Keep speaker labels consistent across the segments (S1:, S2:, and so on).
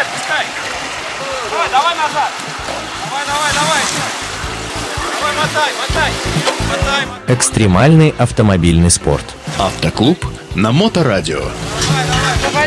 S1: отпускай. Давай назад. Давай. Давай, мотай.
S2: Экстремальный автомобильный спорт.
S3: Автоклуб на Моторадио.
S1: Давай.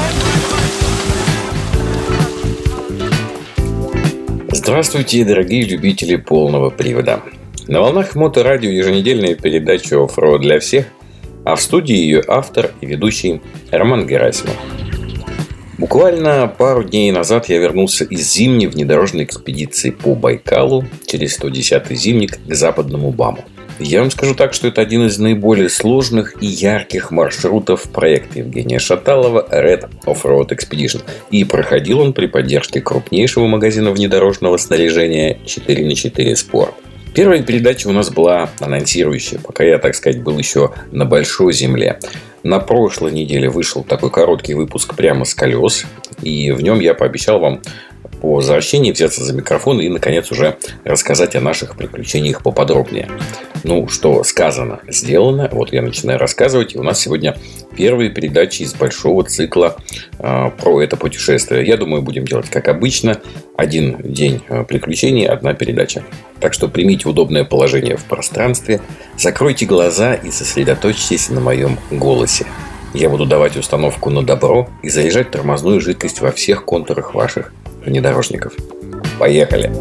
S4: Здравствуйте, дорогие любители полного привода. На волнах Моторадио еженедельная передача «Оффроуд для всех», а в студии ее автор и ведущий Роман Герасимов. Буквально пару дней назад я вернулся из зимней внедорожной экспедиции по Байкалу через 110-й зимник к западному БАМу. Я вам скажу так, что это один из наиболее сложных и ярких маршрутов проекта Евгения Шаталова Red Off-Road Expedition. И проходил он при поддержке крупнейшего магазина внедорожного снаряжения 4x4 Sport. Первая передача у нас была анонсирующая, пока я, так сказать, был еще на большой земле. На прошлой неделе вышел такой короткий выпуск прямо с колес. И в нем я пообещал вам по возвращении взяться за микрофон и, наконец, уже рассказать о наших приключениях поподробнее. Ну, что сказано, сделано. Вот я начинаю рассказывать. И у нас сегодня первые передачи из большого цикла про это путешествие. Я думаю, будем делать как обычно. Один день приключений, одна передача. Так что примите удобное положение в пространстве, закройте глаза и сосредоточьтесь на моем голосе. Я буду давать установку на добро и заряжать тормозную жидкость во всех контурах ваших внедорожников. Поехали!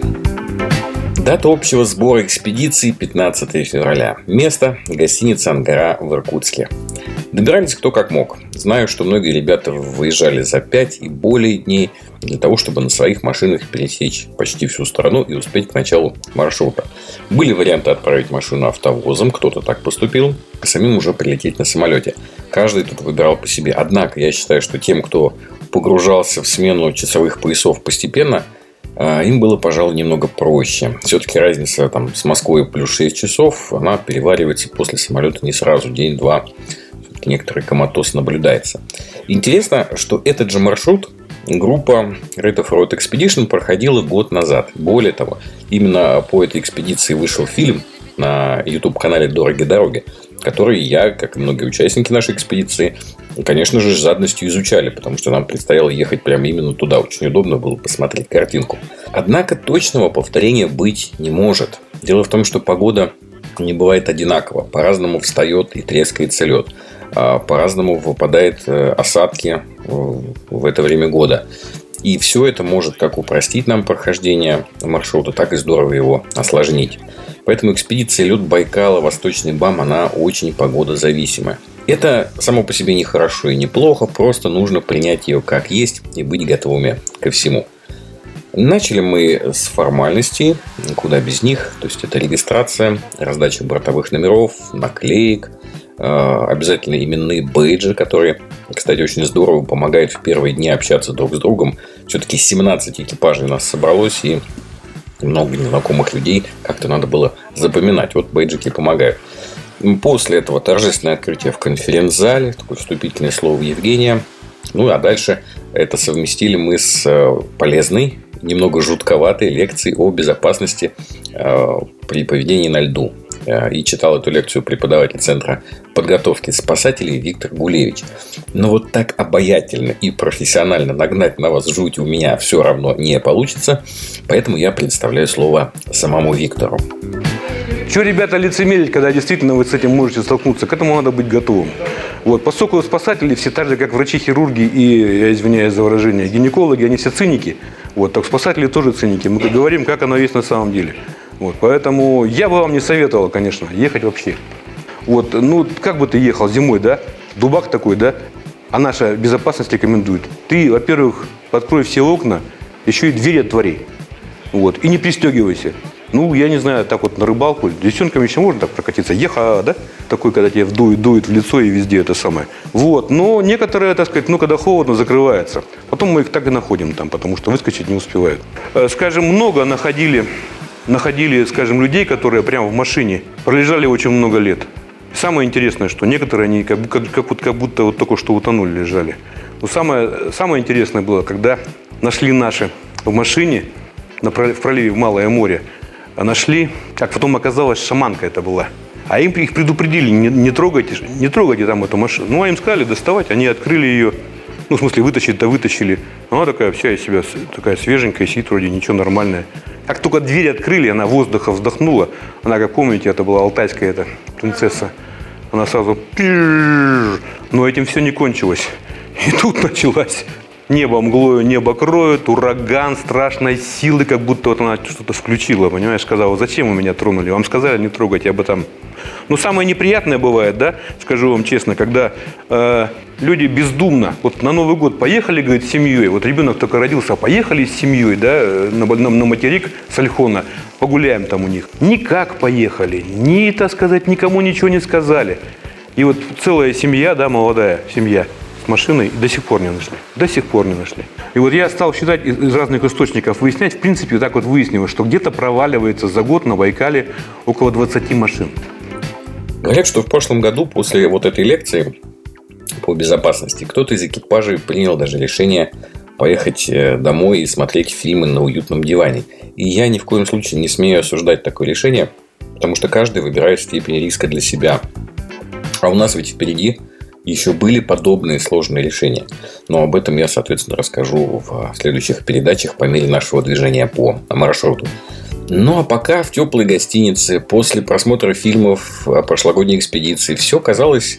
S4: Дата общего сбора экспедиции 15 февраля. Место – гостиница «Ангара» в Иркутске. Добирались кто как мог. Знаю, что многие ребята выезжали за 5 и более дней для того, чтобы на своих машинах пересечь почти всю страну и успеть к началу маршрута. Были варианты отправить машину автовозом, кто-то так поступил, а самим уже прилететь на самолете. Каждый тут выбирал по себе. Однако я считаю, что тем, кто погружался в смену часовых поясов постепенно, им было, пожалуй, немного проще. Все-таки разница там, с Москвой плюс 6 часов, она переваривается после самолета не сразу, день-два. Все-таки некоторый коматоз наблюдается. Интересно, что этот же маршрут группа Red Off-Road Expedition проходила год назад. Более того, именно по этой экспедиции вышел фильм на YouTube-канале «Дороги дороги», который я, как и многие участники нашей экспедиции, конечно же, с жадностью изучали, потому что нам предстояло ехать прямо именно туда. Очень удобно было посмотреть картинку. Однако точного повторения быть не может. Дело в том, что погода не бывает одинакова. По-разному встает и трескается лед. По-разному выпадают осадки в это время года. И все это может как упростить нам прохождение маршрута, так и здорово его осложнить. Поэтому экспедиция «Лед Байкала», Восточный БАМ, она очень погодозависимая. Это само по себе не хорошо и не плохо, просто нужно принять ее как есть и быть готовыми ко всему. Начали мы с формальностей, куда без них. То есть это регистрация, раздача бортовых номеров, наклеек, обязательно именные бейджи, которые, кстати, очень здорово помогают в первые дни общаться друг с другом. Все-таки 17 экипажей у нас собралось, и много незнакомых людей как-то надо было запоминать. Вот бейджики помогают. После этого торжественное открытие в конференц-зале, такое вступительное слово Евгения. Ну, а дальше это совместили мы с полезной, немного жутковатой лекцией о безопасности при поведении на льду. И читал эту лекцию преподаватель Центра подготовки спасателей Виктор Гулевич. Но вот так обаятельно и профессионально нагнать на вас жуть у меня все равно не получится. Поэтому я предоставляю слово самому Виктору.
S5: Что, ребята, лицемерить, когда действительно вы с этим можете столкнуться? К этому надо быть готовым. Вот, поскольку спасатели все так же, как врачи-хирурги и, я извиняюсь за выражение, гинекологи, они все циники. Вот, так спасатели тоже циники. Мы говорим, как оно есть на самом деле. Вот, поэтому я бы вам не советовал, конечно, ехать вообще. Вот, ну, как бы ты ехал зимой, да? Дубак такой, да? А наша безопасность рекомендует. Ты, во-первых, открой все окна, еще и двери отвори. Вот, и не пристегивайся. Ну, я не знаю, так вот на рыбалку, девчонкам еще можно так прокатиться. Еха, да? Такой, когда тебе дует в лицо и везде это самое. Вот, но некоторые, так сказать, ну, когда холодно, закрывается. Потом мы их так и находим там, потому что выскочить не успевают. Скажем, много находили, скажем, людей, которые прямо в машине пролежали очень много лет. Самое интересное, что некоторые, они как будто вот только что утонули, лежали. Но самое интересное было, когда нашли наши в машине в проливе в Малое море, нашли, как потом оказалось, шаманка это была. А их предупредили, не трогайте там эту машину. Ну, а им сказали доставать, они открыли ее. Ну, в смысле, вытащить-то вытащили. Она такая вся из себя, такая свеженькая, сидит вроде, ничего, нормальная. Как только дверь открыли, она воздуха вздохнула. Она, как помните, это была алтайская эта принцесса. Она сразу... Но этим все не кончилось. И тут началась... Небо мглою, небо кроет, ураган страшной силы, как будто вот она что-то включила, понимаешь, сказала, зачем вы меня тронули? Вам сказали не трогать, я бы там... Ну, самое неприятное бывает, да, скажу вам честно, когда люди бездумно, вот на Новый год поехали, говорит, с семьей, вот ребенок только родился, поехали с семьей, да, на материк с Ольхона, погуляем там у них. Никак поехали, ни, так сказать, никому ничего не сказали. И вот целая семья, да, молодая семья, с машиной до сих пор не нашли. До сих пор не нашли. И вот я стал считать из разных источников, выяснять, в принципе, так вот выяснилось, что где-то проваливается за год на Байкале около 20 машин.
S4: Говорят, что в прошлом году после вот этой лекции по безопасности кто-то из экипажей принял даже решение поехать домой и смотреть фильмы на уютном диване. И я ни в коем случае не смею осуждать такое решение, потому что каждый выбирает степень риска для себя. А у нас ведь впереди еще были подобные сложные решения. Но об этом я, соответственно, расскажу в следующих передачах по мере нашего движения по маршруту. Ну, а пока в теплой гостинице, после просмотра фильмов о прошлогодней экспедиции, все казалось,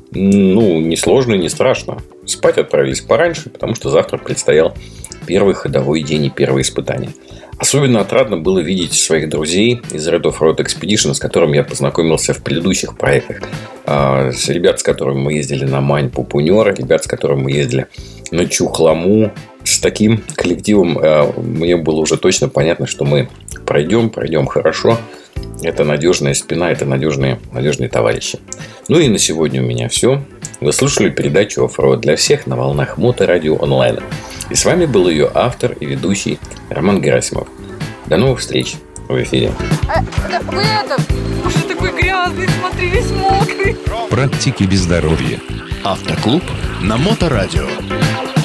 S4: не сложно, не страшно. Спать отправились пораньше, потому что завтра предстоял первый ходовой день и первое испытание. Особенно отрадно было видеть своих друзей из Red Off-Road Expedition, с которыми я познакомился в предыдущих проектах. Ребят, с которыми мы ездили на Мань-Пупунёр, ребят, с которыми мы ездили на Чухламу. С таким коллективом мне было уже точно понятно, что мы пройдем хорошо. Это надежная спина, это надежные товарищи. Ну и на сегодня у меня все. Вы слушали передачу Offroad для всех на волнах Моторадио онлайн. И с вами был ее автор и ведущий Роман Герасимов. До новых встреч в эфире.
S6: Вы уже такой грязный, смотри, весь мокрый.
S2: Практики без здоровья.
S3: Автоклуб на Моторадио.